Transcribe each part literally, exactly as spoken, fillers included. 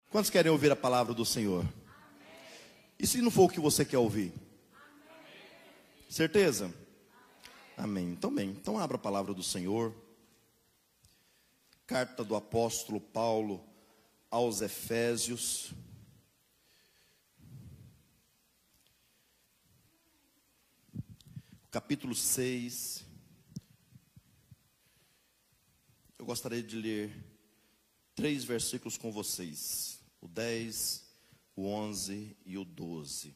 Quantos querem ouvir a palavra do Senhor? E se não for o que você quer ouvir? Certeza? Amém. Então bem, então abra a palavra do Senhor. Carta do apóstolo Paulo aos Efésios. Capítulo seis. Eu gostaria de ler três versículos com vocês. O dez, o onze e o doze.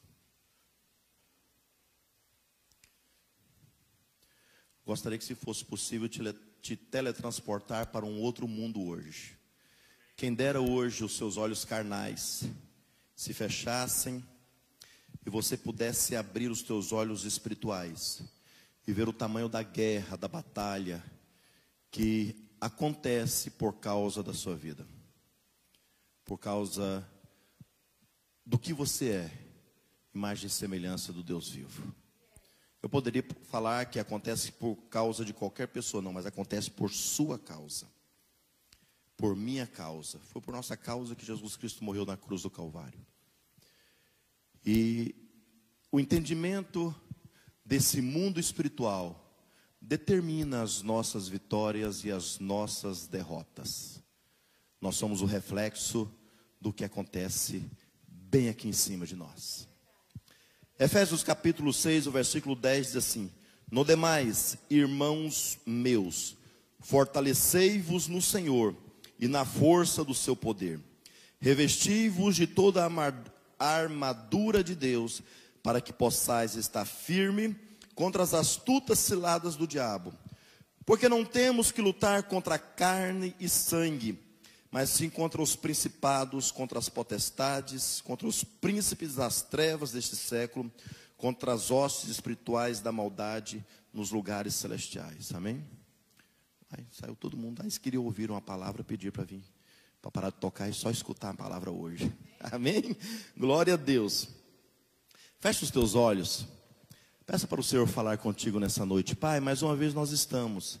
Gostaria que, se fosse possível, te, te teletransportar para um outro mundo hoje. Quem dera hoje os seus olhos carnais se fechassem e você pudesse abrir os teus olhos espirituais e ver o tamanho da guerra, da batalha que acontece por causa da sua vida, por causa do que você é, imagem e semelhança do Deus vivo. Eu poderia falar que acontece por causa de qualquer pessoa, não, mas acontece por sua causa, por minha causa. Foi por nossa causa que Jesus Cristo morreu na cruz do Calvário. E o entendimento desse mundo espiritual determina as nossas vitórias e as nossas derrotas. Nós somos o reflexo do que acontece bem aqui em cima de nós. Efésios capítulo seis, o versículo dez diz assim: no demais, irmãos meus, fortalecei-vos no Senhor e na força do seu poder. Revesti-vos de toda a armadura de Deus, para que possais estar firme contra as astutas ciladas do diabo. Porque não temos que lutar contra carne e sangue, mas sim contra os principados, contra as potestades, contra os príncipes das trevas deste século, contra as hostes espirituais da maldade nos lugares celestiais. Amém? Aí saiu todo mundo. Aí eles queriam ouvir uma palavra, pedir para vir, para parar de tocar e só escutar a palavra hoje. Amém? Glória a Deus. Feche os teus olhos. Peça para o Senhor falar contigo nessa noite. Pai, mais uma vez nós estamos.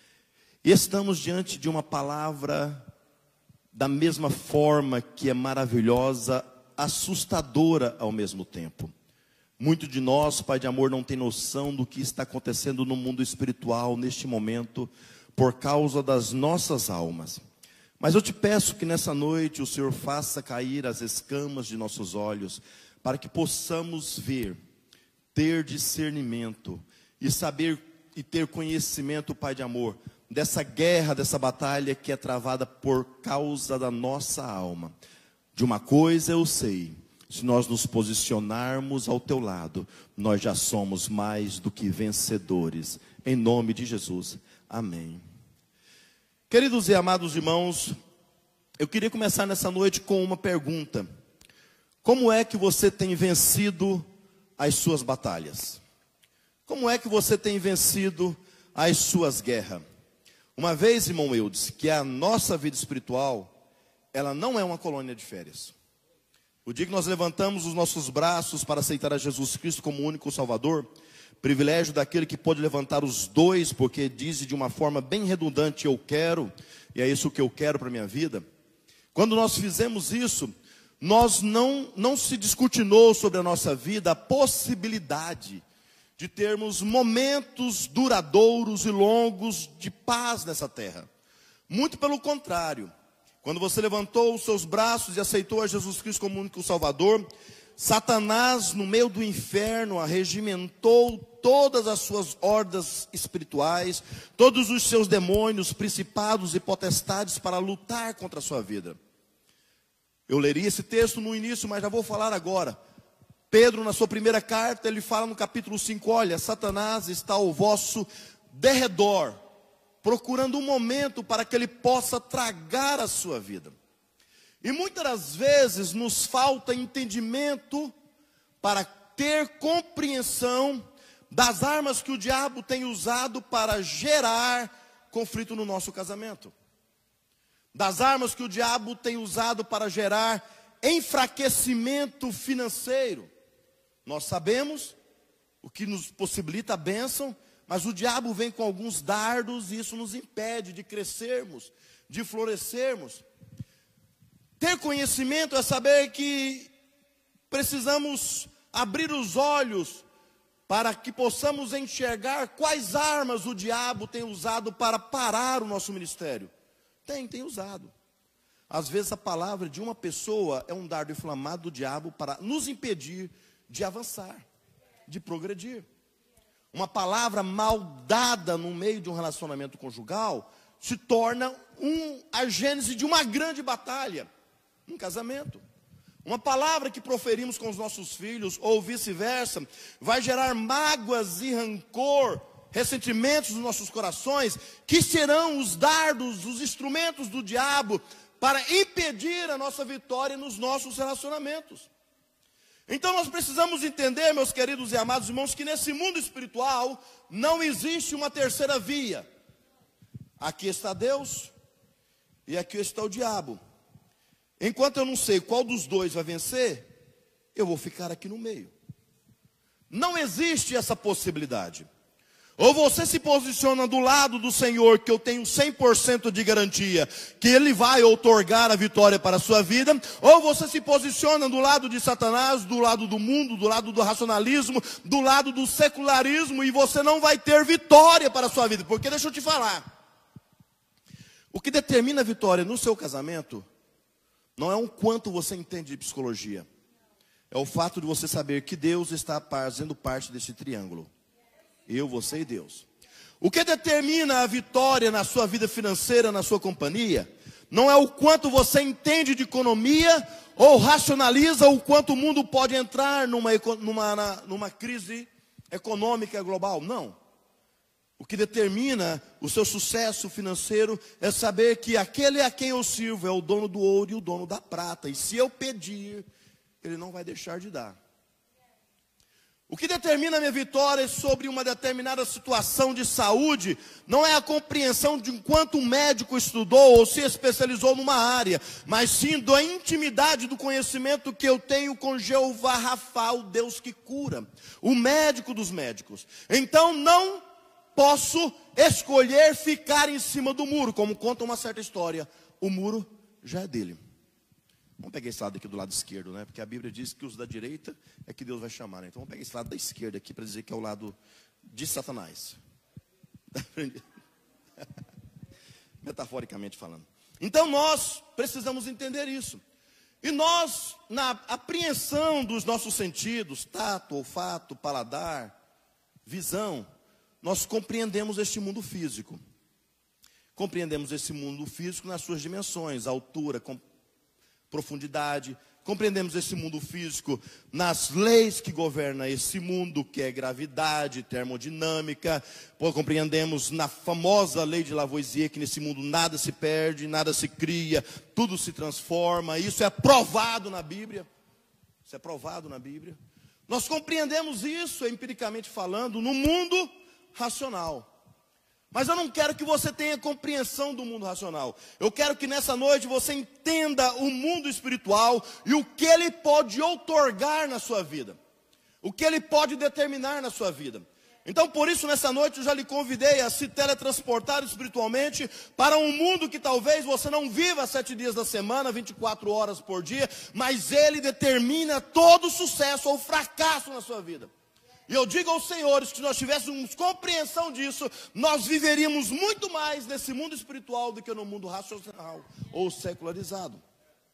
E estamos diante de uma palavra da mesma forma que é maravilhosa, assustadora ao mesmo tempo. Muito de nós, Pai de amor, não tem noção do que está acontecendo no mundo espiritual neste momento, por causa das nossas almas. Mas eu te peço que nessa noite o Senhor faça cair as escamas de nossos olhos, para que possamos ver, ter discernimento e saber e ter conhecimento, Pai de amor, dessa guerra, dessa batalha que é travada por causa da nossa alma. De uma coisa eu sei: se nós nos posicionarmos ao teu lado, nós já somos mais do que vencedores. Em nome de Jesus, amém. Queridos e amados irmãos, eu queria começar nessa noite com uma pergunta: como é que você tem vencido as suas batalhas? Como é que você tem vencido as suas guerras? Uma vez, irmão, eu disse que a nossa vida espiritual, ela não é uma colônia de férias. O dia que nós levantamos os nossos braços para aceitar a Jesus Cristo como único Salvador, privilégio daquele que pode levantar os dois, porque diz de uma forma bem redundante: eu quero, e é isso que eu quero para a minha vida. Quando nós fizemos isso, nós não, não se descortinou sobre a nossa vida a possibilidade de termos momentos duradouros e longos de paz nessa terra. Muito pelo contrário, quando você levantou os seus braços e aceitou a Jesus Cristo como único Salvador, Satanás, no meio do inferno, arregimentou todas as suas hordas espirituais, todos os seus demônios, principados e potestades para lutar contra a sua vida. Eu leria esse texto no início, mas já vou falar agora. Pedro, na sua primeira carta, ele fala no capítulo cinco: olha, Satanás está ao vosso derredor, procurando um momento para que ele possa tragar a sua vida. E muitas das vezes nos falta entendimento para ter compreensão das armas que o diabo tem usado para gerar conflito no nosso casamento. Das armas que o diabo tem usado para gerar enfraquecimento financeiro. Nós sabemos o que nos possibilita a bênção, mas o diabo vem com alguns dardos e isso nos impede de crescermos, de florescermos. Ter conhecimento é saber que precisamos abrir os olhos para que possamos enxergar quais armas o diabo tem usado para parar o nosso ministério. Tem, tem usado. Às vezes a palavra de uma pessoa é um dardo inflamado do diabo para nos impedir de avançar, de progredir. Uma palavra mal dada no meio de um relacionamento conjugal se torna um, a gênese de uma grande batalha, um casamento. Uma palavra que proferimos com os nossos filhos, ou vice-versa, vai gerar mágoas e rancor, ressentimentos nos nossos corações, que serão os dardos, os instrumentos do diabo, para impedir a nossa vitória nos nossos relacionamentos. Então nós precisamos entender, meus queridos e amados irmãos, que nesse mundo espiritual não existe uma terceira via. Aqui está Deus e aqui está o diabo. Enquanto eu não sei qual dos dois vai vencer, eu vou ficar aqui no meio. Não existe essa possibilidade. Ou você se posiciona do lado do Senhor, que eu tenho cem por cento de garantia que Ele vai outorgar a vitória para a sua vida, ou você se posiciona do lado de Satanás, do lado do mundo, do lado do racionalismo, do lado do secularismo, e você não vai ter vitória para a sua vida. Porque deixa eu te falar, o que determina a vitória no seu casamento não é o quanto você entende de psicologia, é o fato de você saber que Deus está fazendo parte desse triângulo. Eu, você e Deus. O que determina a vitória na sua vida financeira, na sua companhia, não é o quanto você entende de economia ou racionaliza o quanto o mundo pode entrar numa, numa, numa crise econômica global. Não. O que determina o seu sucesso financeiro é saber que aquele a quem eu sirvo é o dono do ouro e o dono da prata. E se eu pedir, Ele não vai deixar de dar. O que determina a minha vitória sobre uma determinada situação de saúde não é a compreensão de quanto um médico estudou ou se especializou numa área, mas sim da intimidade do conhecimento que eu tenho com Jeová Rafa, o Deus que cura, o médico dos médicos. Então não posso escolher ficar em cima do muro, como conta uma certa história. O muro já é dele. Vamos pegar esse lado aqui do lado esquerdo, né? Porque a Bíblia diz que os da direita é que Deus vai chamar, né? Então vamos pegar esse lado da esquerda aqui para dizer que é o lado de Satanás. Metaforicamente falando. Então nós precisamos entender isso. E nós, na apreensão dos nossos sentidos, tato, olfato, paladar, visão, nós compreendemos este mundo físico. Compreendemos esse mundo físico nas suas dimensões, altura, com profundidade. Compreendemos esse mundo físico nas leis que governam esse mundo, que é gravidade, termodinâmica. Compreendemos na famosa lei de Lavoisier, que nesse mundo nada se perde, nada se cria, tudo se transforma. Isso é provado na Bíblia. Isso é provado na Bíblia. Nós compreendemos isso, empiricamente falando, no mundo racional. Mas eu não quero que você tenha compreensão do mundo racional. Eu quero que nessa noite você entenda o mundo espiritual e o que ele pode outorgar na sua vida. O que ele pode determinar na sua vida. Então por isso nessa noite eu já lhe convidei a se teletransportar espiritualmente para um mundo que talvez você não viva sete dias da semana, vinte e quatro horas por dia, mas ele determina todo o sucesso ou fracasso na sua vida. E eu digo aos senhores que se nós tivéssemos compreensão disso, nós viveríamos muito mais nesse mundo espiritual do que no mundo racional ou secularizado.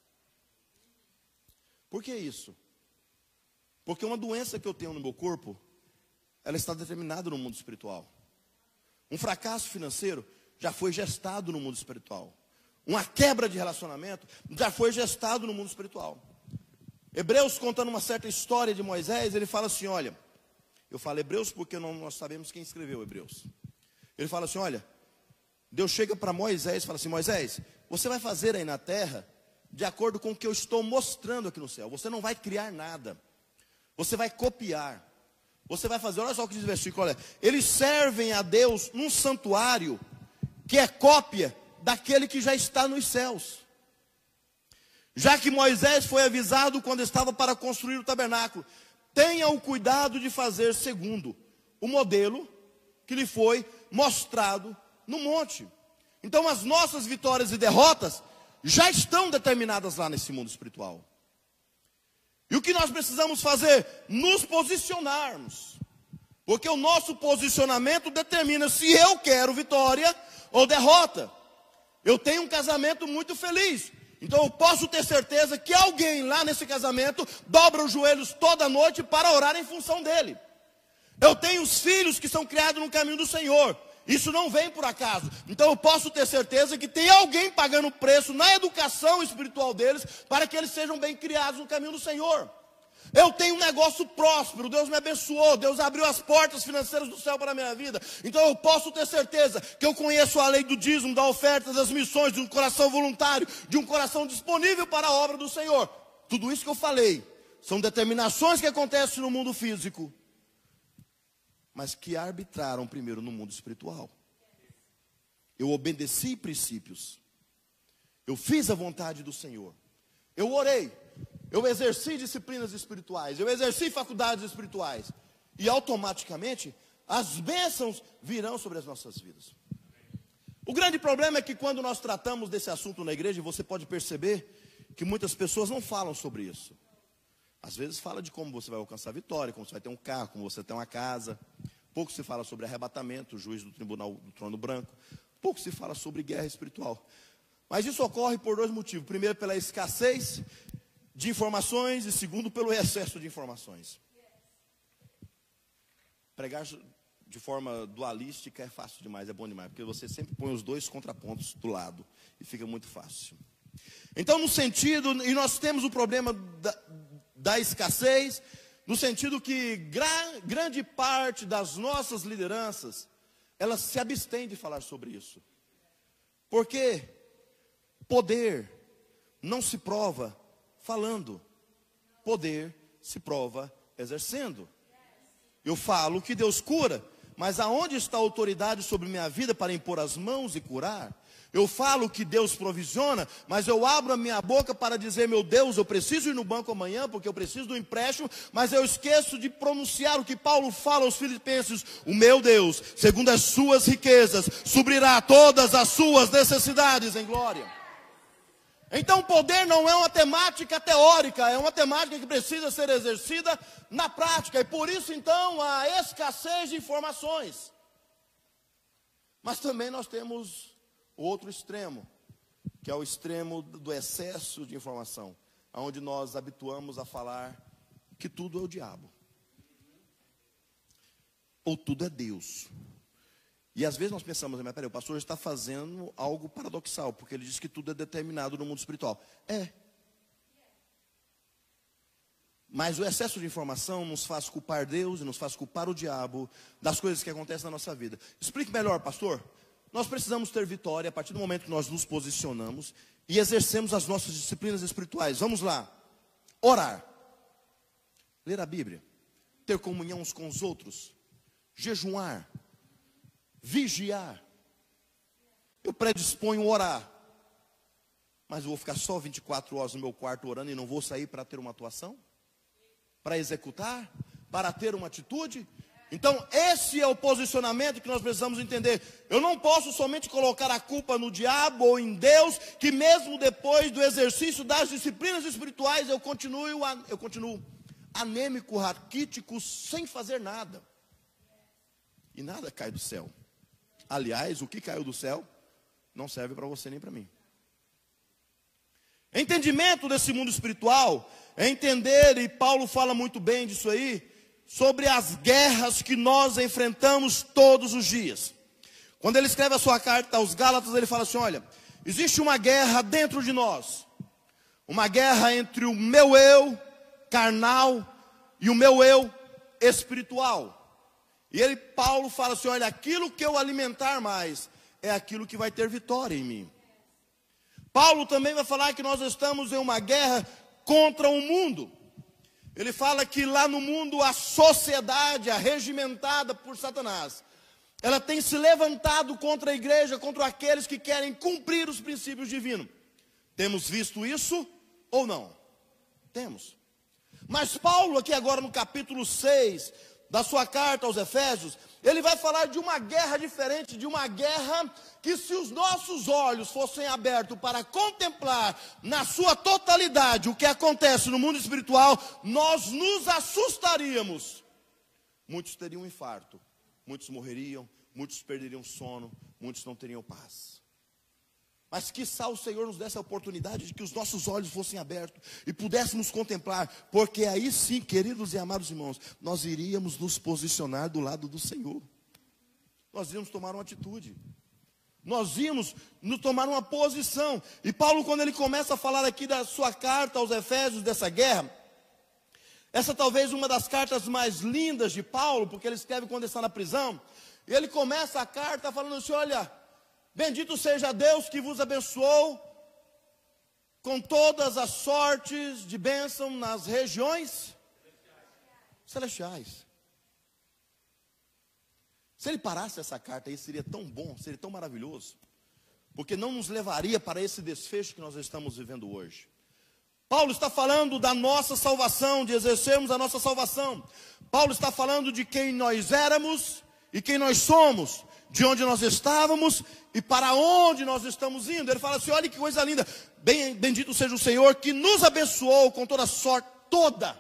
Por que isso? Porque uma doença que eu tenho no meu corpo, ela está determinada no mundo espiritual. Um fracasso financeiro já foi gestado no mundo espiritual. Uma quebra de relacionamento já foi gestado no mundo espiritual. Hebreus, contando uma certa história de Moisés, ele fala assim, olha... Eu falo Hebreus porque não, nós sabemos quem escreveu Hebreus. Ele fala assim, olha, Deus chega para Moisés e fala assim, Moisés, você vai fazer aí na terra de acordo com o que eu estou mostrando aqui no céu. Você não vai criar nada. Você vai copiar. Você vai fazer, olha só o que diz o versículo, olha, eles servem a Deus num santuário que é cópia daquele que já está nos céus. Já que Moisés foi avisado quando estava para construir o tabernáculo, tenha o cuidado de fazer segundo o modelo que lhe foi mostrado no monte. Então as nossas vitórias e derrotas já estão determinadas lá nesse mundo espiritual. E o que nós precisamos fazer? Nos posicionarmos. Porque o nosso posicionamento determina se eu quero vitória ou derrota. Eu tenho um casamento muito feliz. Então eu posso ter certeza que alguém lá nesse casamento dobra os joelhos toda noite para orar em função dele. Eu tenho os filhos que são criados no caminho do Senhor. Isso não vem por acaso. Então eu posso ter certeza que tem alguém pagando preço na educação espiritual deles para que eles sejam bem criados no caminho do Senhor. Eu tenho um negócio próspero, Deus me abençoou, Deus abriu as portas financeiras do céu para a minha vida. Então eu posso ter certeza que eu conheço a lei do dízimo, da oferta, das missões, de um coração voluntário, de um coração disponível para a obra do Senhor. Tudo isso que eu falei são determinações que acontecem no mundo físico, mas que arbitraram primeiro no mundo espiritual. Eu obedeci princípios, eu fiz a vontade do Senhor, eu orei, eu exerci disciplinas espirituais, eu exerci faculdades espirituais, e automaticamente as bênçãos virão sobre as nossas vidas. O grande problema é que quando nós tratamos desse assunto na igreja, você pode perceber que muitas pessoas não falam sobre isso. Às vezes fala de como você vai alcançar a vitória, como você vai ter um carro, como você tem uma casa. Pouco se fala sobre arrebatamento, o juiz do tribunal do trono branco. Pouco se fala sobre guerra espiritual. Mas isso ocorre por dois motivos. Primeiro, pela escassez de informações, e segundo, pelo excesso de informações. Pregar de forma dualística é fácil demais, é bom demais, porque você sempre põe os dois contrapontos do lado e fica muito fácil. Então, no sentido, e nós temos o problema da, da escassez, no sentido que gra, grande parte das nossas lideranças, elas se abstêm de falar sobre isso. Porque poder não se prova falando, poder se prova exercendo. Eu falo que Deus cura, mas aonde está a autoridade sobre minha vida para impor as mãos e curar? Eu falo que Deus provisiona, mas eu abro a minha boca para dizer, meu Deus, eu preciso ir no banco amanhã, porque eu preciso do empréstimo, mas eu esqueço de pronunciar o que Paulo fala aos filipenses: o meu Deus, segundo as suas riquezas, suprirá todas as suas necessidades em glória. Então poder não é uma temática teórica, é uma temática que precisa ser exercida na prática, e por isso então a escassez de informações. Mas também nós temos outro extremo, que é o extremo do excesso de informação, onde nós habituamos a falar que tudo é o diabo, ou tudo é Deus. E às vezes nós pensamos, mas peraí, o pastor está fazendo algo paradoxal, porque ele diz que tudo é determinado no mundo espiritual. É. Mas o excesso de informação nos faz culpar Deus e nos faz culpar o diabo das coisas que acontecem na nossa vida. Explique melhor, pastor. Nós precisamos ter vitória a partir do momento que nós nos posicionamos e exercemos as nossas disciplinas espirituais. Vamos lá. Orar. Ler a Bíblia. Ter comunhão uns com os outros. Jejuar. Vigiar. Eu predisponho a orar, mas eu vou ficar só vinte e quatro horas no meu quarto orando e não vou sair para ter uma atuação? Para executar? Para ter uma atitude? Então esse é o posicionamento que nós precisamos entender. Eu não posso somente colocar a culpa no diabo ou em Deus, que mesmo depois do exercício das disciplinas espirituais eu continuo, eu continuo anêmico, raquítico, sem fazer nada. E nada cai do céu. Aliás, o que caiu do céu não serve para você nem para mim. Entendimento desse mundo espiritual é entender, e Paulo fala muito bem disso aí, sobre as guerras que nós enfrentamos todos os dias. Quando ele escreve a sua carta aos Gálatas, ele fala assim: olha, existe uma guerra dentro de nós, uma guerra entre o meu eu carnal e o meu eu espiritual. E ele, Paulo, fala assim: olha, aquilo que eu alimentar mais é aquilo que vai ter vitória em mim. Paulo também vai falar que nós estamos em uma guerra contra o mundo. Ele fala que lá no mundo a sociedade, arregimentada por Satanás, ela tem se levantado contra a igreja, contra aqueles que querem cumprir os princípios divinos. Temos visto isso ou não? Temos. Mas Paulo aqui agora no capítulo seis, da sua carta aos Efésios, ele vai falar de uma guerra diferente, de uma guerra que, se os nossos olhos fossem abertos para contemplar na sua totalidade o que acontece no mundo espiritual, nós nos assustaríamos. Muitos teriam um infarto, muitos morreriam, muitos perderiam sono, muitos não teriam paz. Mas quiçá o Senhor nos desse a oportunidade de que os nossos olhos fossem abertos e pudéssemos contemplar, porque aí sim, queridos e amados irmãos, nós iríamos nos posicionar do lado do Senhor. Nós íamos tomar uma atitude. Nós íamos nos tomar uma posição. E Paulo, quando ele começa a falar aqui da sua carta aos Efésios, dessa guerra, essa talvez uma das cartas mais lindas de Paulo, porque ele escreve quando está na prisão, e ele começa a carta falando assim: olha, bendito seja Deus que vos abençoou com todas as sortes de bênção nas regiões celestiais. Se ele parasse essa carta aí, seria tão bom, seria tão maravilhoso, porque não nos levaria para esse desfecho que nós estamos vivendo hoje. Paulo está falando da nossa salvação, de exercermos a nossa salvação. Paulo está falando de quem nós éramos e quem nós somos, de onde nós estávamos e para onde nós estamos indo. Ele fala assim: olha que coisa linda, Bem, bendito seja o Senhor que nos abençoou com toda sorte, toda.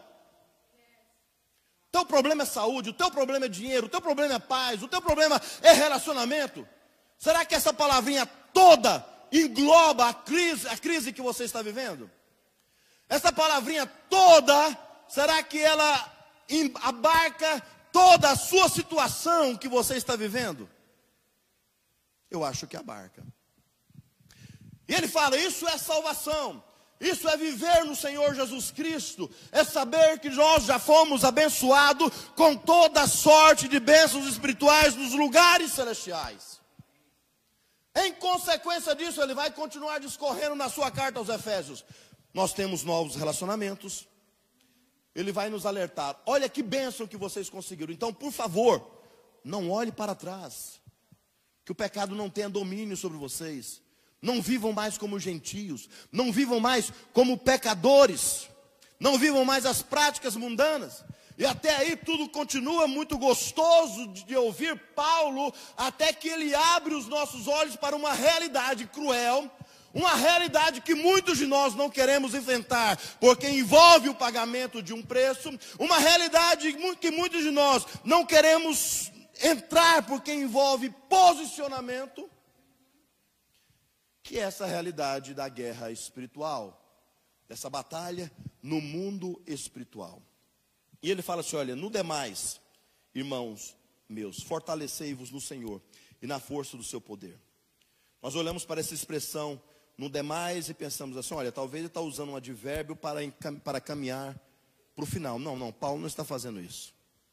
O teu problema é saúde, o teu problema é dinheiro, o teu problema é paz, o teu problema é relacionamento. Será que essa palavrinha toda engloba a crise, a crise que você está vivendo? Essa palavrinha toda, será que ela abarca toda a sua situação que você está vivendo? Eu acho que abarca. E ele fala: isso é salvação, isso é viver no Senhor Jesus Cristo, é saber que nós já fomos abençoados com toda sorte de bênçãos espirituais nos lugares celestiais. Em consequência disso, ele vai continuar discorrendo na sua carta aos Efésios. Nós temos novos relacionamentos. Ele vai nos alertar: olha que bênção que vocês conseguiram. Então, por favor, não olhe para trás. Que o pecado não tenha domínio sobre vocês. Não vivam mais como gentios. Não vivam mais como pecadores. Não vivam mais as práticas mundanas. E até aí tudo continua muito gostoso de ouvir Paulo, até que ele abre os nossos olhos para uma realidade cruel. Uma realidade que muitos de nós não queremos enfrentar, porque envolve o pagamento de um preço. Uma realidade que muitos de nós não queremos entrar, porque envolve posicionamento. Que é essa realidade da guerra espiritual, dessa batalha no mundo espiritual. E ele fala assim: olha, no demais, irmãos meus, fortalecei-vos no Senhor e na força do seu poder. Nós olhamos para essa expressão no demais e pensamos assim: olha, talvez ele está usando um advérbio para, para caminhar para o final. Não, não, Paulo não está fazendo isso.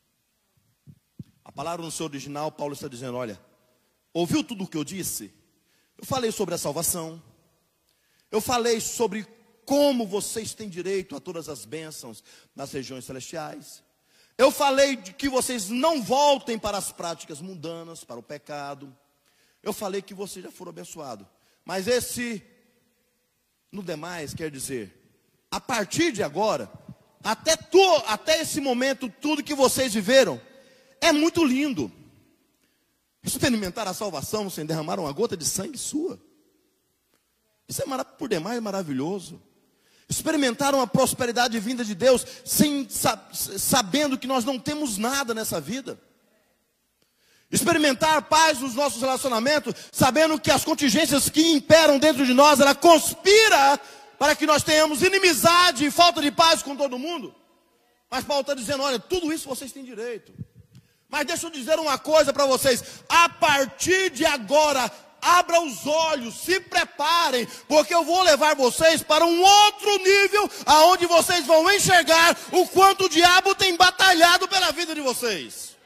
A palavra no seu original, Paulo está dizendo: olha, ouviu tudo o que eu disse? Eu falei sobre a salvação. Eu falei sobre como vocês têm direito a todas as bênçãos nas regiões celestiais. Eu falei de que vocês não voltem para as práticas mundanas, para o pecado. Eu falei que vocês já foram abençoados. Mas esse, no demais, quer dizer, a partir de agora, até, tu, até esse momento, tudo que vocês viveram é muito lindo. Experimentar a salvação sem derramar uma gota de sangue sua. Isso é por demais maravilhoso. Experimentar uma prosperidade vinda de Deus, sem, sabendo que nós não temos nada nessa vida. Experimentar paz nos nossos relacionamentos, sabendo que as contingências que imperam dentro de nós, ela conspira para que nós tenhamos inimizade e falta de paz com todo mundo. Mas Paulo está dizendo: olha, tudo isso vocês têm direito. Mas deixa eu dizer uma coisa para vocês: a partir de agora, abra os olhos, se preparem, porque eu vou levar vocês para um outro nível, aonde vocês vão enxergar o quanto o diabo tem batalhado pela vida de vocês.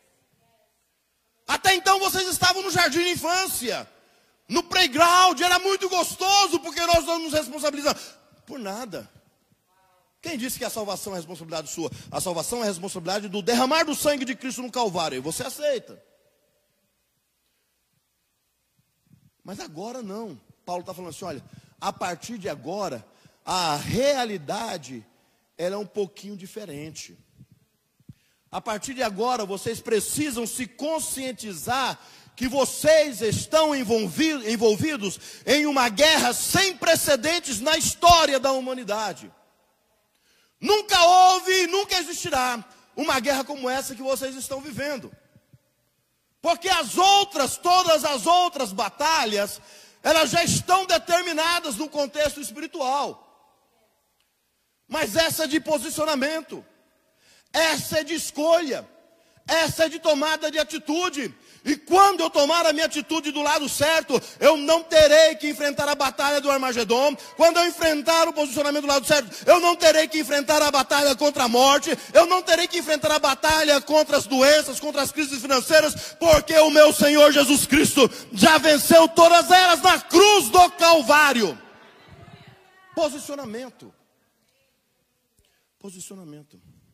Até então vocês estavam no jardim de infância, no playground, era muito gostoso, porque nós não nos responsabilizamos por nada. Quem disse que a salvação é responsabilidade sua? A salvação é responsabilidade do derramar do sangue de Cristo no Calvário. E você aceita. Mas agora não. Paulo está falando assim: olha, a partir de agora, a realidade ela é um pouquinho diferente. A partir de agora, vocês precisam se conscientizar que vocês estão envolvidos em uma guerra sem precedentes na história da humanidade. Nunca houve e nunca existirá uma guerra como essa que vocês estão vivendo. Porque as outras, todas as outras batalhas, elas já estão determinadas no contexto espiritual. Mas essa é de posicionamento, essa é de escolha, essa é de tomada de atitude. E quando eu tomar a minha atitude do lado certo, eu não terei que enfrentar a batalha do Armagedon. Quando eu enfrentar o posicionamento do lado certo, eu não terei que enfrentar a batalha contra a morte. Eu não terei que enfrentar a batalha contra as doenças, contra as crises financeiras, porque o meu Senhor Jesus Cristo já venceu todas elas na cruz do Calvário. Posicionamento. Posicionamento.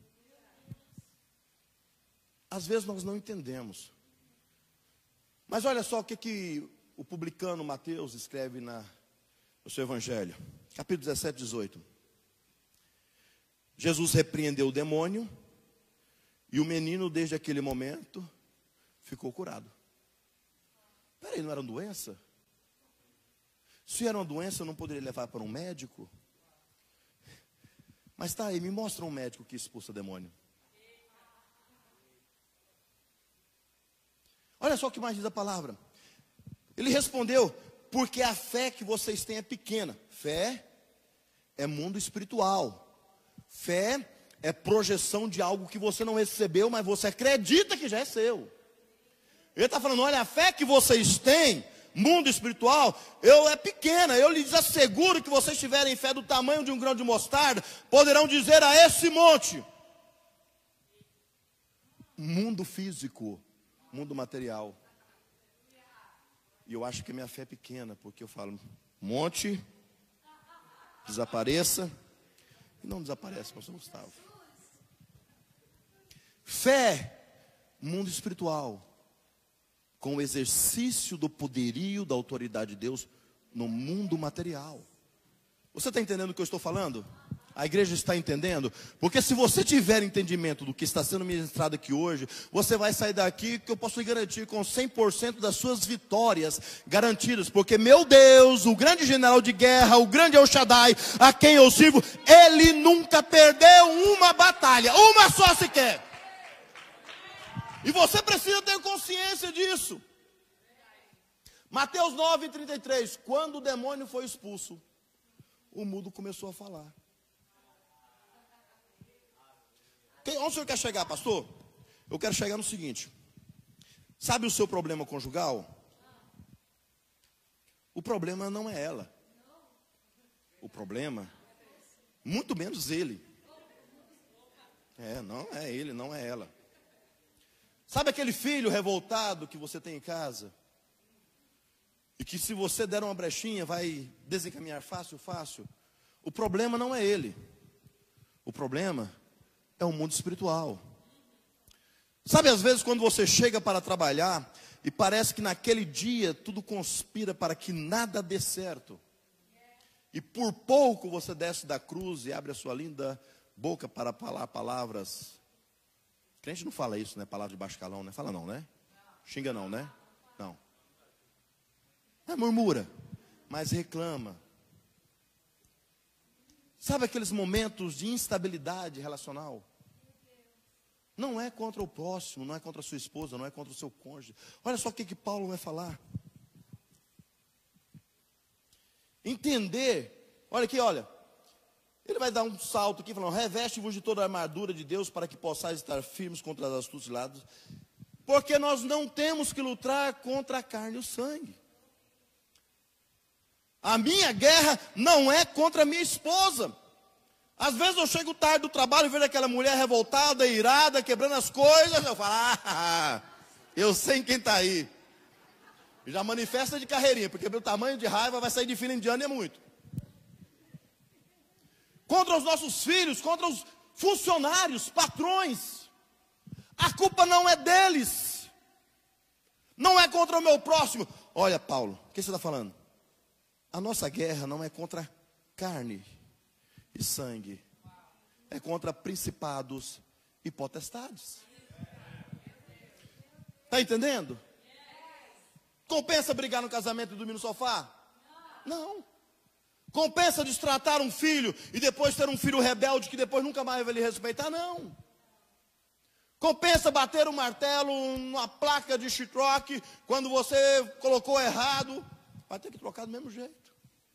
Às vezes nós não entendemos. Mas olha só o que, que o publicano Mateus escreve na, no seu evangelho. Capítulo dezessete, dezoito. Jesus repreendeu o demônio e o menino, desde aquele momento, ficou curado. Peraí, não era uma doença? Se era uma doença, eu não poderia levar para um médico? Mas tá aí, me mostra um médico que expulsa demônio. Olha só o que mais diz a palavra. Ele respondeu, porque a fé que vocês têm é pequena. Fé é mundo espiritual. Fé é projeção de algo que você não recebeu, mas você acredita que já é seu. Ele está falando, olha, a fé que vocês têm, mundo espiritual, eu é pequena. Eu lhes asseguro que vocês tiverem fé do tamanho de um grão de mostarda, poderão dizer a esse monte. Mundo físico. Mundo material. E eu acho que minha fé é pequena, porque eu falo, monte, desapareça, e não desaparece, pastor Gustavo. Fé, mundo espiritual, com o exercício do poderio da autoridade de Deus no mundo material. Você está entendendo o que eu estou falando? A igreja está entendendo? Porque se você tiver entendimento do que está sendo ministrado aqui hoje, você vai sair daqui, que eu posso lhe garantir, com cem por cento das suas vitórias garantidas. Porque meu Deus, o grande general de guerra, o grande El Shaddai, a quem eu sirvo, ele nunca perdeu uma batalha, uma só sequer. E você precisa ter consciência disso. Mateus nove, trinta e três, quando o demônio foi expulso, o mudo começou a falar. Onde o senhor quer chegar, pastor? Eu quero chegar no seguinte. Sabe o seu problema conjugal? O problema não é ela. O problema, muito menos ele. É, não é ele, não é ela. Sabe aquele filho revoltado que você tem em casa? E que se você der uma brechinha vai desencaminhar fácil, fácil. O problema não é ele. O problema é o mundo espiritual. Sabe, às vezes quando você chega para trabalhar e parece que naquele dia tudo conspira para que nada dê certo. E por pouco você desce da cruz e abre a sua linda boca para falar palavras. Crente não fala isso, né? Palavra de baixo calão, né? Fala não, né? Xinga não, né? Não. É murmura, mas reclama. Sabe aqueles momentos de instabilidade relacional? Não é contra o próximo, não é contra a sua esposa, não é contra o seu cônjuge. Olha só o que, que Paulo vai falar. Entender, olha aqui, olha. Ele vai dar um salto aqui, falando, reveste-vos de toda a armadura de Deus para que possais estar firmes contra as astutas lados. Porque nós não temos que lutar contra a carne e o sangue. A minha guerra não é contra a minha esposa. Às vezes eu chego tarde do trabalho e vejo aquela mulher revoltada, irada, quebrando as coisas. Eu falo, ah, eu sei quem está aí. Já manifesta de carreirinha, porque pelo tamanho de raiva vai sair de fila indiana e é muito. Contra os nossos filhos, contra os funcionários, patrões. A culpa não é deles. Não é contra o meu próximo. Olha, Paulo, o que você está falando? A nossa guerra não é contra carne e sangue. É contra principados e potestades. Está entendendo? Compensa brigar no casamento e dormir no sofá? Não. Compensa destratar um filho e depois ter um filho rebelde que depois nunca mais vai lhe respeitar? Não. Compensa bater um martelo numa placa de chitroque quando você colocou errado? Vai ter que trocar do mesmo jeito.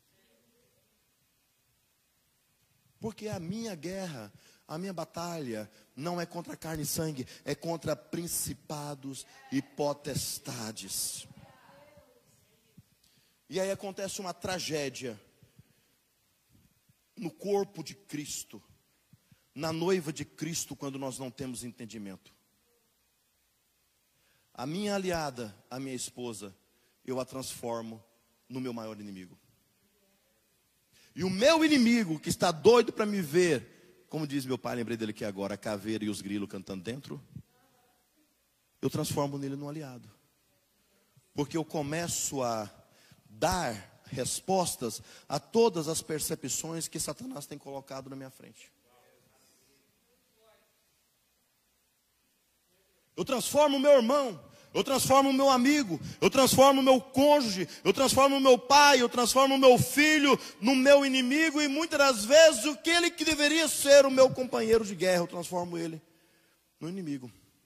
Porque a minha guerra, a minha batalha não é contra carne e sangue, é contra principados e potestades. E aí acontece uma tragédia no corpo de Cristo, na noiva de Cristo, quando nós não temos entendimento. A minha aliada, a minha esposa, eu a transformo no meu maior inimigo. E o meu inimigo, que está doido para me ver, como diz meu pai, lembrei dele aqui agora, a caveira e os grilos cantando dentro, eu transformo nele num aliado. Porque eu começo a dar respostas a todas as percepções que Satanás tem colocado na minha frente. Eu transformo o meu irmão, eu transformo o meu amigo, eu transformo o meu cônjuge, eu transformo o meu pai, eu transformo o meu filho no meu inimigo, e muitas das vezes aquele que deveria ser o meu companheiro de guerra, eu transformo ele no inimigo.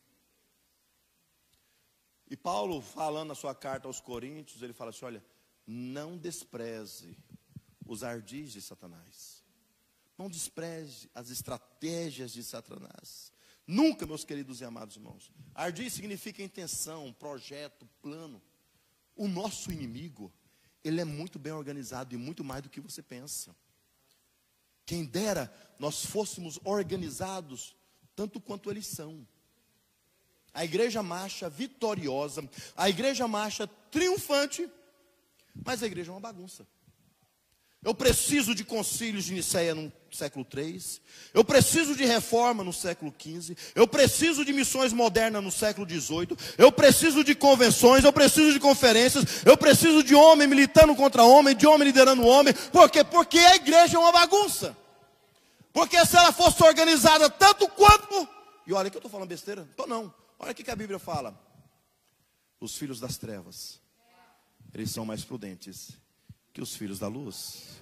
E Paulo, falando na sua carta aos Coríntios, ele fala assim: olha, não despreze os ardis de Satanás. Não despreze as estratégias de Satanás. Nunca, meus queridos e amados irmãos. Ardis significa intenção, projeto, plano. O nosso inimigo, ele é muito bem organizado e muito mais do que você pensa. Quem dera nós fôssemos organizados tanto quanto eles são. A igreja marcha vitoriosa, a igreja marcha triunfante, mas a igreja é uma bagunça. Eu preciso de concílios de Nicéia no século três. Eu preciso de reforma no século quinze. Eu preciso de missões modernas no século dezoito. Eu preciso de convenções. Eu preciso de conferências. Eu preciso de homem militando contra homem, de homem liderando homem. Por quê? Porque a igreja é uma bagunça. Porque se ela fosse organizada tanto quanto... E olha que eu estou falando besteira. Estou não. Olha o que a Bíblia fala. Os filhos das trevas, eles são mais prudentes que os filhos da luz.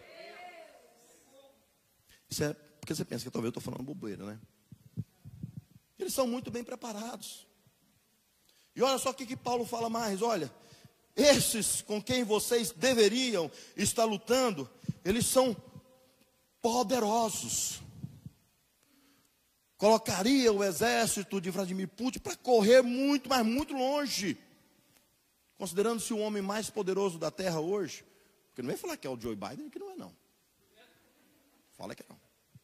Isso é porque você pensa que talvez eu estou falando bobeira, né? Eles são muito bem preparados. E olha só o que, que Paulo fala mais. Olha, esses com quem vocês deveriam estar lutando, eles são poderosos. Colocaria o exército de Vladimir Putin para correr muito, mas muito longe. Considerando-se o homem mais poderoso da terra hoje. Porque não vem falar que é o Joe Biden, que não é não. Fala que não.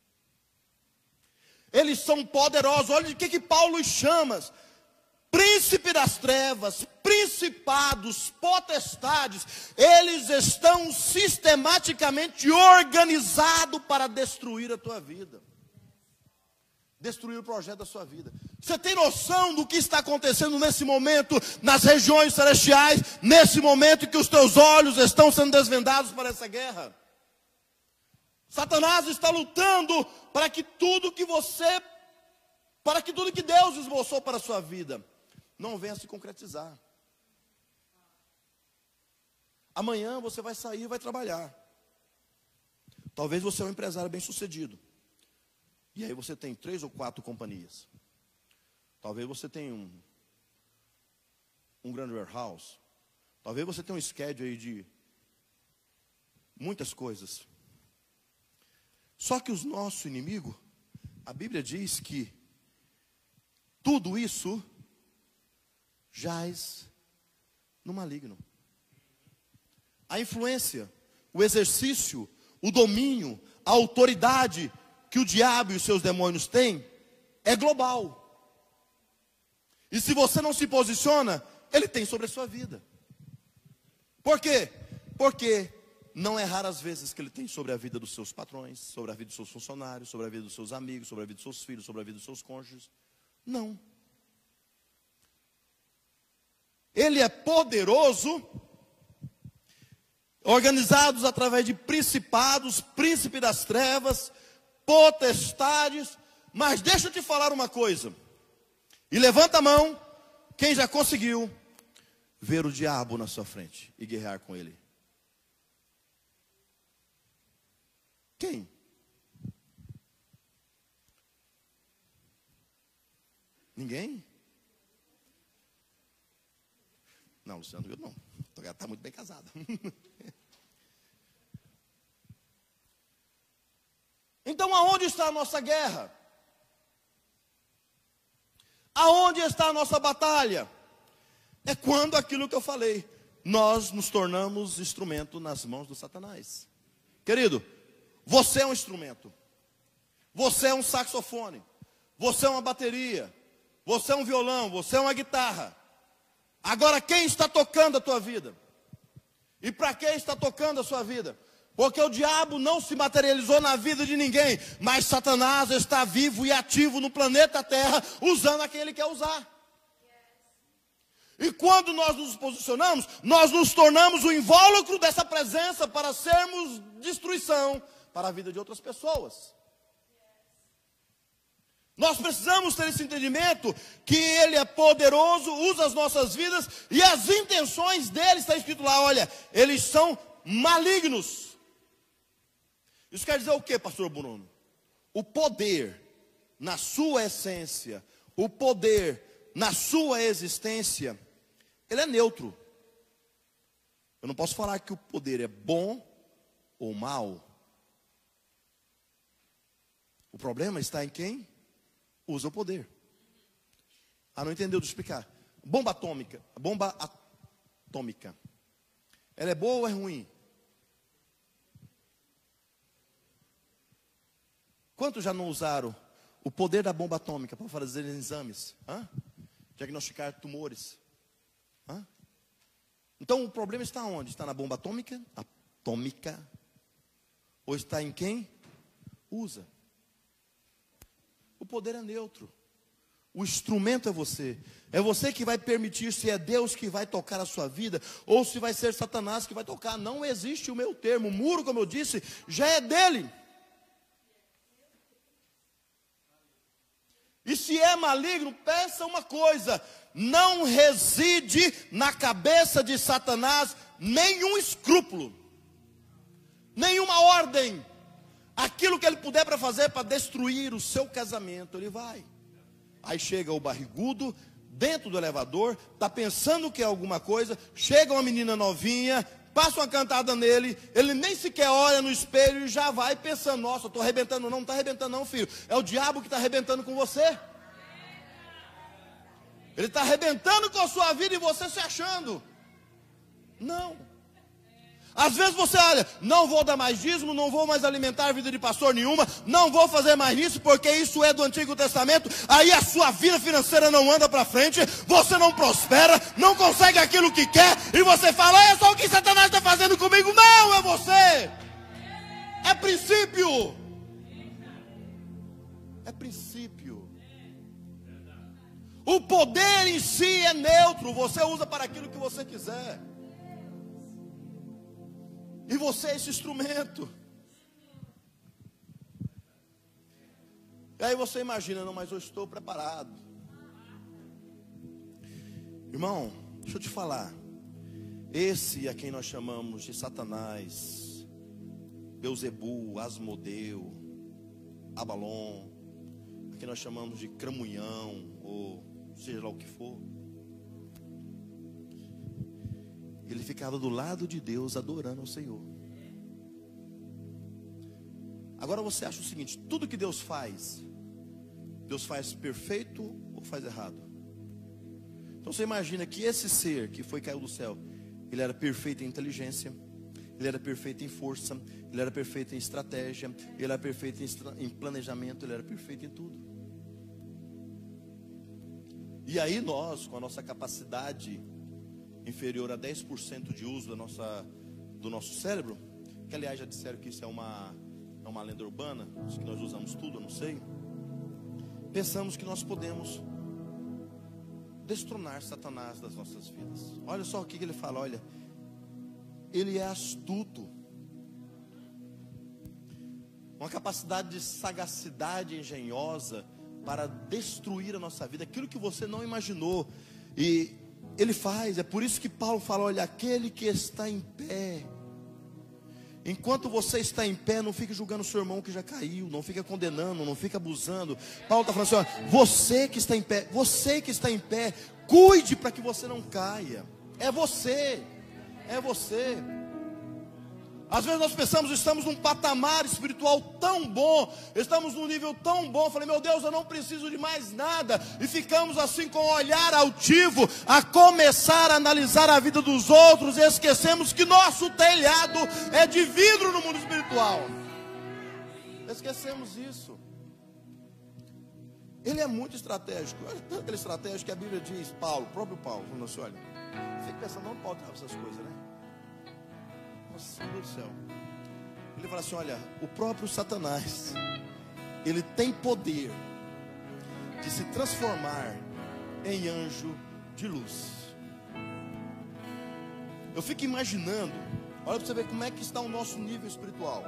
Eles são poderosos. Olha de que que Paulo chama: príncipe das trevas, principados, potestades. Eles estão sistematicamente organizados para destruir a tua vida. Destruir o projeto da sua vida. Você tem noção do que está acontecendo nesse momento, nas regiões celestiais, nesse momento em que os teus olhos estão sendo desvendados para essa guerra? Satanás está lutando para que tudo que você, para que tudo que Deus esboçou para a sua vida, não venha se concretizar. Amanhã você vai sair e vai trabalhar. Talvez você é um empresário bem sucedido. E aí você tem três ou quatro companhias. Talvez você tenha um, um grande warehouse. Talvez você tenha um schedule aí de muitas coisas. Só que o nosso inimigo, a Bíblia diz que tudo isso jaz no maligno. A influência, o exercício, o domínio, a autoridade que o diabo e os seus demônios têm é global. E se você não se posiciona, ele tem sobre a sua vida. Por quê? Porque não é raras vezes que ele tem sobre a vida dos seus patrões, sobre a vida dos seus funcionários, sobre a vida dos seus amigos, sobre a vida dos seus filhos, sobre a vida dos seus cônjuges. Não. Ele é poderoso, organizados através de principados, príncipe das trevas, potestades. Mas deixa eu te falar uma coisa. E levanta a mão Quem já conseguiu ver o diabo na sua frente e guerrear com ele? Quem? Ninguém? Não, Luciano, eu não. Está muito bem casado. Então, aonde está a nossa guerra? Aonde está a nossa batalha? É quando aquilo que eu falei, nós nos tornamos instrumento nas mãos do Satanás. Querido, você é um instrumento. Você é um saxofone. Você é uma bateria. Você é um violão. Você é uma guitarra. Agora, quem está tocando a tua vida? E para quem está tocando a sua vida? Porque o diabo não se materializou na vida de ninguém, mas Satanás está vivo e ativo no planeta Terra, usando a quem ele quer usar. E quando nós nos posicionamos, nós nos tornamos o invólucro dessa presença para sermos destruição para a vida de outras pessoas. Nós precisamos ter esse entendimento que Ele é poderoso, usa as nossas vidas e as intenções dele, está escrito lá, olha, eles são malignos. Isso quer dizer o que, pastor Bruno? O poder na sua essência, o poder na sua existência, ele é neutro. Eu não posso falar que o poder é bom ou mal. O problema está em quem usa o poder. Ah, não entendeu de explicar. Bomba atômica, bomba atômica, ela é boa ou é ruim? Quantos já não usaram o poder da bomba atômica para fazer exames? Hã? Diagnosticar tumores? Hã? Então o problema está onde? Está na bomba atômica? Atômica? Ou está em quem usa? O poder é neutro. O instrumento é você. É você que vai permitir se é Deus que vai tocar a sua vida ou se vai ser Satanás que vai tocar. Não existe o meu termo. O muro, como eu disse, já é dele. E se é maligno, peça uma coisa: não reside na cabeça de Satanás nenhum escrúpulo, nenhuma ordem. Aquilo que ele puder para fazer para destruir o seu casamento, ele vai. Aí chega o barrigudo dentro do elevador, está pensando que é alguma coisa, chega uma menina novinha, passa uma cantada nele, ele nem sequer olha no espelho e já vai pensando, nossa, eu estou arrebentando. Não, não está arrebentando não, filho. É o diabo que está arrebentando com você. Ele está arrebentando com a sua vida e você se achando. Não. Às vezes você olha, não vou dar mais dízimo, não vou mais alimentar a vida de pastor nenhuma, não vou fazer mais isso porque isso é do Antigo Testamento. Aí a sua vida financeira não anda para frente, você não prospera, não consegue aquilo que quer, e você fala, é só o que Satanás está fazendo comigo. Não, é você. É princípio. É princípio. O poder em si é neutro, você usa para aquilo que você quiser. E você é esse instrumento. E aí você imagina, não, mas eu estou preparado. Irmão, deixa eu te falar. Esse a quem nós chamamos de Satanás, Beuzebu, Asmodeu, Abalon, a quem nós chamamos de Cramunhão, ou seja lá o que for, ele ficava do lado de Deus adorando ao Senhor. Agora você acha o seguinte: tudo que Deus faz, Deus faz perfeito ou faz errado? Então você imagina que esse ser que foi caiu do céu, ele era perfeito em inteligência, ele era perfeito em força, ele era perfeito em estratégia, ele era perfeito em, em planejamento, ele era perfeito em tudo. E aí nós, com a nossa capacidade inferior a dez por cento de uso da nossa, do nosso cérebro, que aliás já disseram que isso é uma, é uma lenda urbana, que nós usamos tudo, eu não sei, pensamos que nós podemos destronar Satanás das nossas vidas. Olha só o que ele fala, olha, ele é astuto, uma capacidade de sagacidade engenhosa para destruir a nossa vida, aquilo que você não imaginou. E ele faz, é por isso que Paulo fala, olha, aquele que está em pé. Enquanto você está em pé, não fique julgando o seu irmão que já caiu, não fica condenando, não fica abusando. Paulo está falando assim, ó, você que está em pé, você que está em pé, cuide para que você não caia. É você, é você. Às vezes nós pensamos, estamos num patamar espiritual tão bom, estamos num nível tão bom, falei, meu Deus, eu não preciso de mais nada, e ficamos assim com o olhar altivo, a começar a analisar a vida dos outros, e esquecemos que nosso telhado é de vidro no mundo espiritual. Esquecemos isso. Ele é muito estratégico, tanto aquele estratégico que a Bíblia diz, Paulo, o próprio Paulo, falando assim, olha, fica pensando, não pode travar essas coisas, né? Nossa, meu Deus do céu. Ele fala assim, olha, o próprio Satanás, ele tem poder de se transformar em anjo de luz. Eu fico imaginando, olha para você ver como é que está o nosso nível espiritual.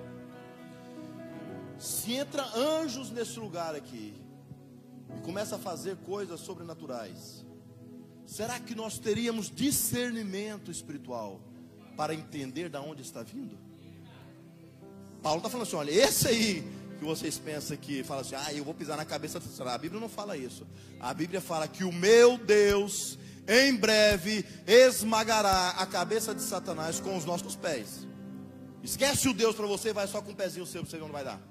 Se entra anjos nesse lugar aqui e começa a fazer coisas sobrenaturais, será que nós teríamos discernimento espiritual para entender de onde está vindo? Paulo está falando assim, olha, esse aí que vocês pensam que fala assim, ah, eu vou pisar na cabeça do Satanás. A Bíblia não fala isso. A Bíblia fala que o meu Deus em breve esmagará a cabeça de Satanás com os nossos pés. Esquece o Deus para você, vai só com o pezinho seu, para você ver onde vai dar.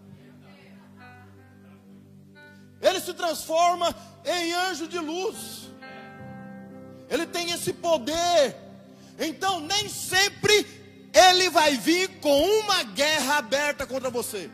Ele se transforma em anjo de luz. Ele tem esse poder. Então nem sempre ele vai vir com uma guerra aberta contra você.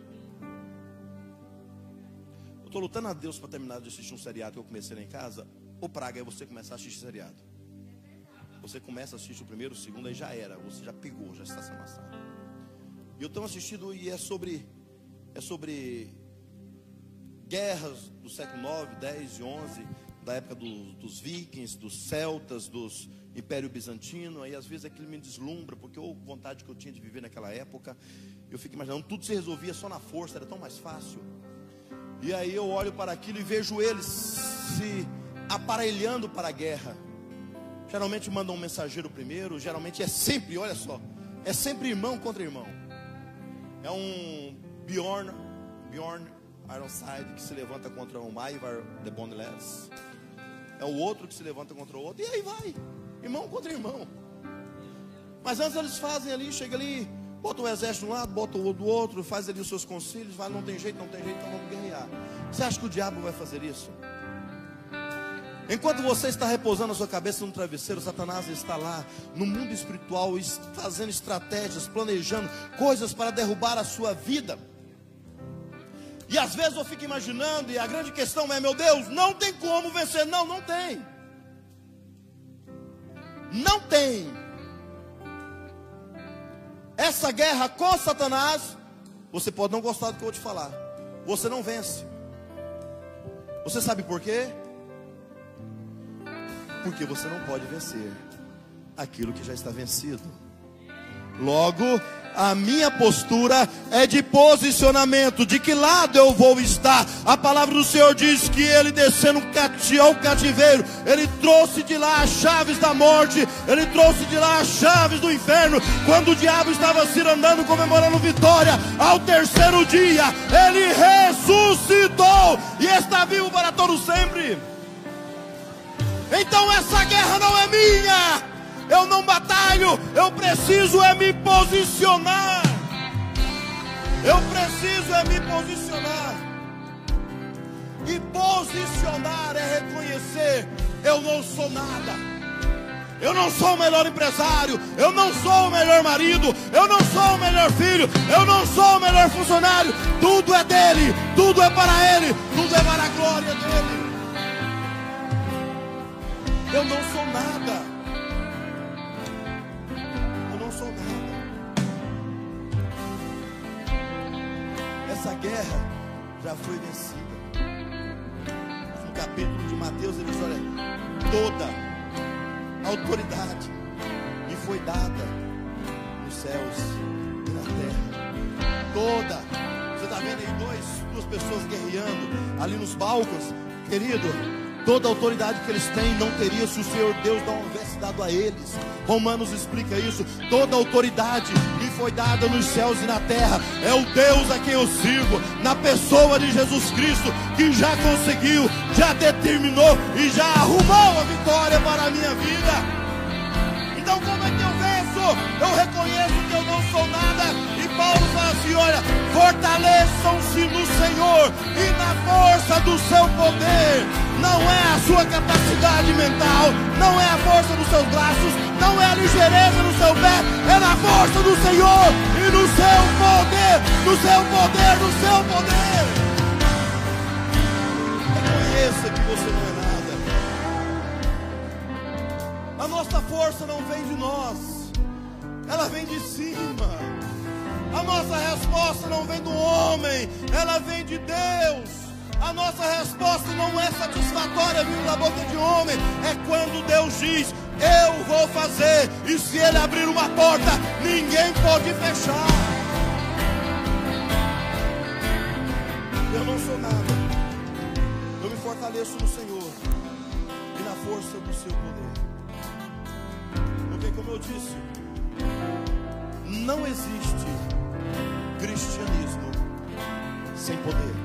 Eu estou lutando a Deus para terminar de assistir um seriado que eu comecei lá em casa. O praga é você começar a assistir seriado. Você começa a assistir o primeiro, o segundo, aí já era. Você já pegou, já está se amassando. E eu estou assistindo e é sobre É sobre guerras do século nove, dez e onze, da época do, dos vikings, dos celtas, dos Império Bizantino. Aí às vezes aquilo me deslumbra, porque ou vontade que eu tinha de viver naquela época. Eu fico imaginando, tudo se resolvia só na força, era tão mais fácil. E aí eu olho para aquilo e vejo eles se aparelhando para a guerra. Geralmente mandam um mensageiro primeiro, geralmente é sempre, olha só, é sempre irmão contra irmão. É um Bjorn, Bjorn Ironside que se levanta contra um Ivar the Boneless. É o outro que se levanta contra o outro. E aí vai, irmão contra irmão. Mas antes eles fazem ali, chega ali, bota o exército de um lado, bota o do outro, faz ali os seus concílios, vai, não tem jeito, não tem jeito, então vamos guerrear. Você acha que o diabo vai fazer isso? Enquanto você está repousando a sua cabeça no travesseiro, Satanás está lá no mundo espiritual, fazendo estratégias, planejando coisas para derrubar a sua vida. E às vezes eu fico imaginando, e a grande questão é, meu Deus, não tem como vencer. Não, não tem. Não tem. Essa guerra com Satanás, você pode não gostar do que eu vou te falar, você não vence. Você sabe por quê? Porque você não pode vencer aquilo que já está vencido. Logo, a minha postura é de posicionamento. De que lado eu vou estar? A palavra do Senhor diz que ele descendo ao cativeiro, ele trouxe de lá as chaves da morte, ele trouxe de lá as chaves do inferno. Quando o diabo estava se andando, comemorando vitória, ao terceiro dia ele ressuscitou e está vivo para todo sempre. Então essa guerra não é minha, eu não batalho, eu preciso é me posicionar. Eu preciso é me posicionar. E posicionar é reconhecer, eu não sou nada. Eu não sou o melhor empresário, eu não sou o melhor marido, eu não sou o melhor filho, eu não sou o melhor funcionário. Tudo é dele, tudo é para ele, tudo é para a glória dele. Eu não sou nada. Eu não sou nada. Essa guerra já foi vencida. No capítulo de Mateus ele diz, olha, toda a autoridade me foi dada nos céus e na terra. Toda. Você está vendo aí dois, duas pessoas guerreando ali nos balcões, querido? Toda a autoridade que eles têm não teria se o Senhor Deus não houvesse dado a eles. Romanos explica isso. Toda a autoridade me foi dada nos céus e na terra. É o Deus a quem eu sirvo, na pessoa de Jesus Cristo, que já conseguiu, já determinou e já arrumou a vitória para a minha vida. Então como é que eu venço? Eu reconheço que eu não sou nada. E Paulo fala assim, olha, fortaleçam-se no Senhor e na força do seu poder. Não é a sua capacidade mental, não é a força dos seus braços, não é a ligeireza do seu pé, é na força do Senhor e no seu poder, no seu poder, no seu poder. Reconheça que você não é nada. A nossa força não vem de nós, ela vem de cima. A nossa resposta não vem do homem, ela vem de Deus. A nossa resposta não é satisfatória vindo da boca de homem. É quando Deus diz, eu vou fazer. E se Ele abrir uma porta, ninguém pode fechar. Eu não sou nada. Eu me fortaleço no Senhor e na força do seu poder. Porque como eu disse, não existe cristianismo sem poder.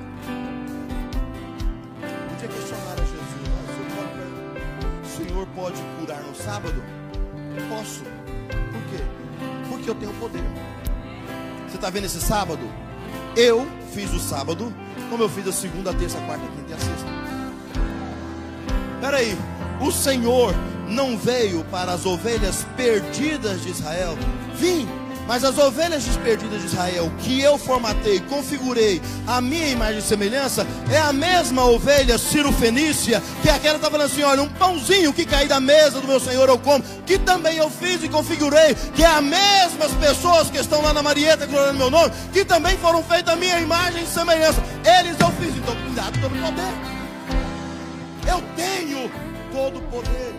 Questionar a Jesus, o Senhor pode curar no sábado? Posso. Por quê? Porque eu tenho poder. Você está vendo esse sábado? Eu fiz o sábado, como eu fiz a segunda, a terça, a quarta, a quinta e a sexta. Espera aí, o Senhor não veio para as ovelhas perdidas de Israel? Vim. Mas as ovelhas desperdidas de Israel, que eu formatei, configurei a minha imagem e semelhança, é a mesma ovelha cirofenícia, que é aquela que está falando assim, olha, um pãozinho que cair da mesa do meu Senhor eu como, que também eu fiz e configurei, que é as mesmas pessoas que estão lá na Marieta gloriando meu nome, que também foram feitas a minha imagem e semelhança. Eles eu fiz, então cuidado todo o poder. Eu tenho todo o poder.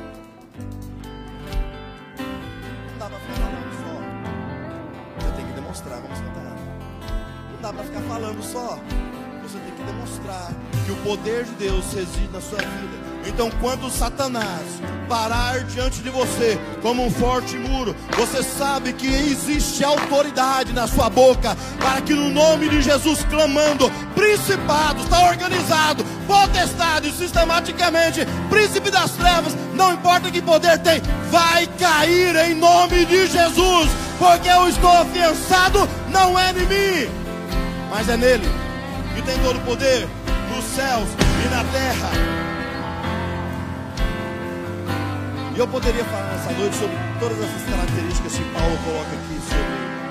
Não dá para ficar falando só. Você tem que demonstrar, vamos cantar. Não dá para ficar falando só. Você tem que demonstrar que o poder de Deus reside na sua vida. Então quando Satanás parar diante de você como um forte muro, você sabe que existe autoridade na sua boca, para que no nome de Jesus, clamando, principados, está organizado, potestade, sistematicamente, príncipe das trevas, não importa que poder tem, vai cair em nome de Jesus, porque eu estou afiançado, não é em mim, mas é nele, que tem todo o poder, nos céus e na terra. E eu poderia falar nessa noite sobre todas essas características que Paulo coloca aqui sobre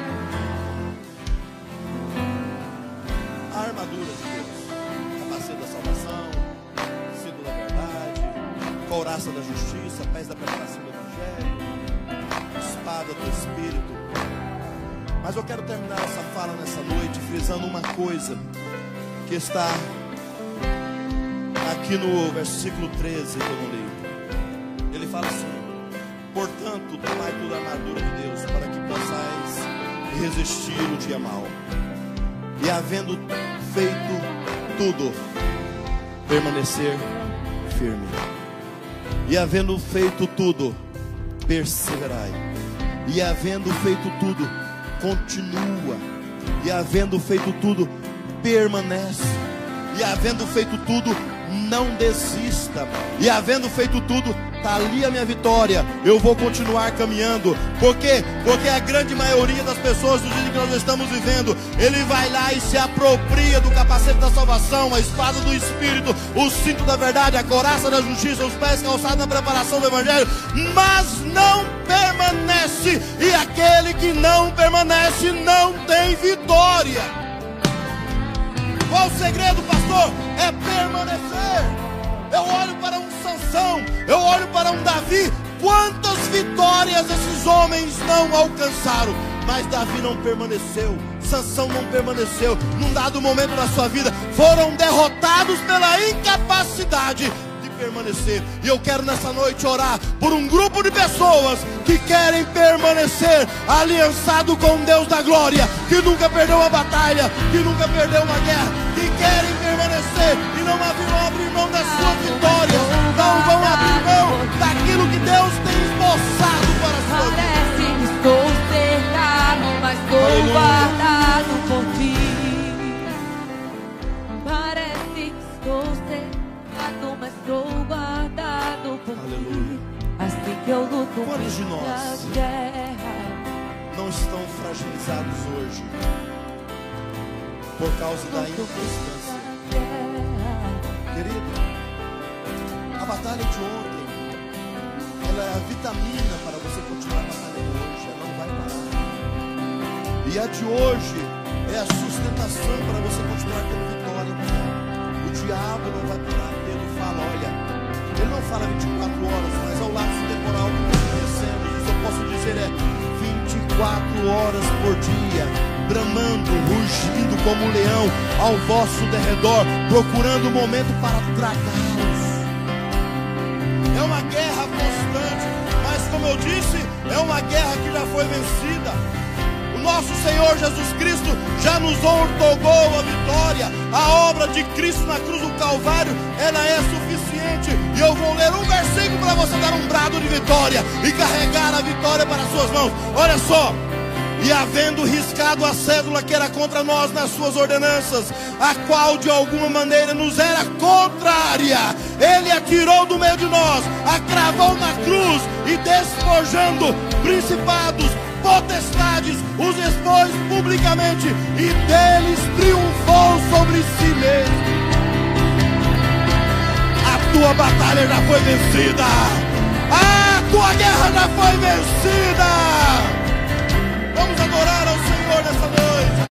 a armadura de Deus, capacete da salvação, cinto da verdade, couraça da justiça, pés da preparação do evangelho, espada do Espírito. Mas eu quero terminar essa fala nessa noite frisando uma coisa que está aqui no versículo treze que eu não li. Ele fala assim: portanto, tomai toda a armadura de Deus, para que possais resistir no dia mau. E havendo feito tudo, permanecer firme. E havendo feito tudo, perseverai. E havendo feito tudo, continua. E havendo feito tudo, permanece. E havendo feito tudo, não desista. E havendo feito tudo, está ali a minha vitória. Eu vou continuar caminhando. Por quê? Porque a grande maioria das pessoas do dia que nós estamos vivendo, ele vai lá e se apropria do capacete da salvação, a espada do Espírito, o cinto da verdade, a couraça da justiça, os pés calçados na preparação do evangelho, mas não permanece. E aquele que não permanece não tem vitória. Qual o segredo, pastor? É permanecer. Eu olho para um Sansão, eu olho para um Davi. Quantas vitórias esses homens não alcançaram? Mas Davi não permaneceu, Sansão não permaneceu. Num dado momento da sua vida, foram derrotados pela incapacidade de permanecer. E eu quero nessa noite orar por um grupo de pessoas que querem permanecer aliançado com Deus da glória, que nunca perdeu uma batalha, que nunca perdeu uma guerra, que querem permanecer e não abrir mão da sua vitória. estou cercado, mas estou guardado por Aleluia. ti. Assim que eu luto Quantos de nós minha guerra, não estão fragilizados hoje por causa da luto inconstância? minha guerra. Querido, a batalha de ontem, ela é a vitamina para você continuar batalhando hoje. Ela não vai parar. E a de hoje é a sustentação para você continuar tendo vitória amanhã. O diabo não vai parar. Pedro fala, olha, ele não fala vinte e quatro horas, mas ao lapso temporal que nós conhecemos, isso eu posso dizer é vinte e quatro horas por dia, bramando, rugindo como um leão ao vosso derredor, procurando o momento para tragá-los. É uma guerra constante, mas como eu disse, é uma guerra que já foi vencida. O nosso Senhor Jesus Cristo já nos outorgou a vitória. A obra de Cristo na cruz do Calvário, ela é suficiente. E eu vou ler um versículo para você dar um brado de vitória e carregar a vitória para as suas mãos. Olha só. E havendo riscado a cédula que era contra nós nas suas ordenanças, a qual de alguma maneira nos era contrária, ele a tirou do meio de nós, a cravou na cruz e despojando principados, potestades, os expôs publicamente e deles triunfou sobre si mesmo. A tua batalha já foi vencida, a tua guerra já foi vencida. Vamos adorar ao Senhor nessa noite.